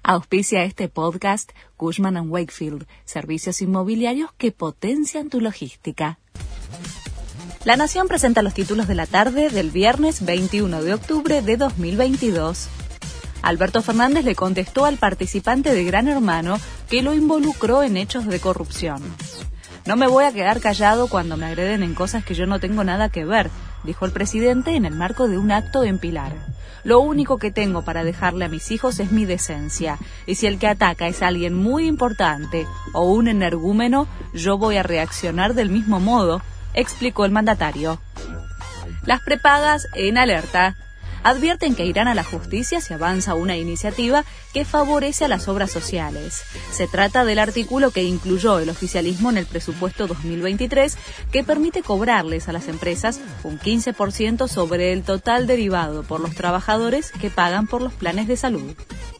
Auspicia este podcast Cushman & Wakefield, servicios inmobiliarios que potencian tu logística. La Nación presenta los títulos de la tarde del viernes 21 de octubre de 2022. Alberto Fernández le contestó al participante de Gran Hermano que lo involucró en hechos de corrupción. No me voy a quedar callado cuando me agreden en cosas que yo no tengo nada que ver, dijo el presidente en el marco de un acto en Pilar. Lo único que tengo para dejarle a mis hijos es mi decencia, y si el que ataca es alguien muy importante o un energúmeno, yo voy a reaccionar del mismo modo, explicó el mandatario. Las prepagas en alerta. Advierten que irán a la justicia si avanza una iniciativa que favorece a las obras sociales. Se trata del artículo que incluyó el oficialismo en el presupuesto 2023, que permite cobrarles a las empresas un 15% sobre el total derivado por los trabajadores que pagan por los planes de salud.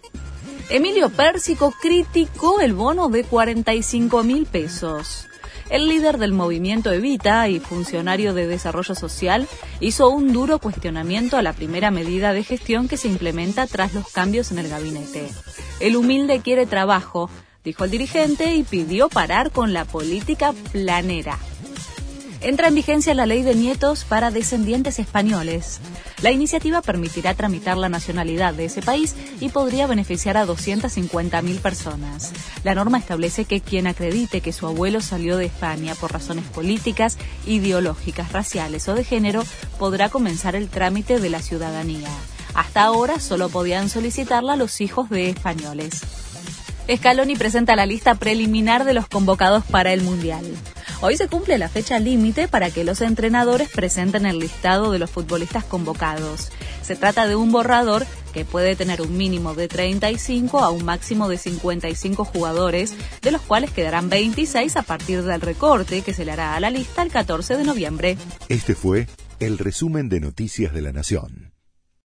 Emilio Pérsico criticó el bono de 45.000 pesos. El líder del movimiento Evita y funcionario de Desarrollo Social hizo un duro cuestionamiento a la primera medida de gestión que se implementa tras los cambios en el gabinete. El humilde quiere trabajo, dijo el dirigente, y pidió parar con la política planera. Entra en vigencia la ley de nietos para descendientes españoles. La iniciativa permitirá tramitar la nacionalidad de ese país y podría beneficiar a 250.000 personas. La norma establece que quien acredite que su abuelo salió de España por razones políticas, ideológicas, raciales o de género, podrá comenzar el trámite de la ciudadanía. Hasta ahora solo podían solicitarla los hijos de españoles. Scaloni presenta la lista preliminar de los convocados para el Mundial. Hoy se cumple la fecha límite para que los entrenadores presenten el listado de los futbolistas convocados. Se trata de un borrador que puede tener un mínimo de 35 a un máximo de 55 jugadores, de los cuales quedarán 26 a partir del recorte que se le hará a la lista el 14 de noviembre. Este fue el resumen de Noticias de la Nación.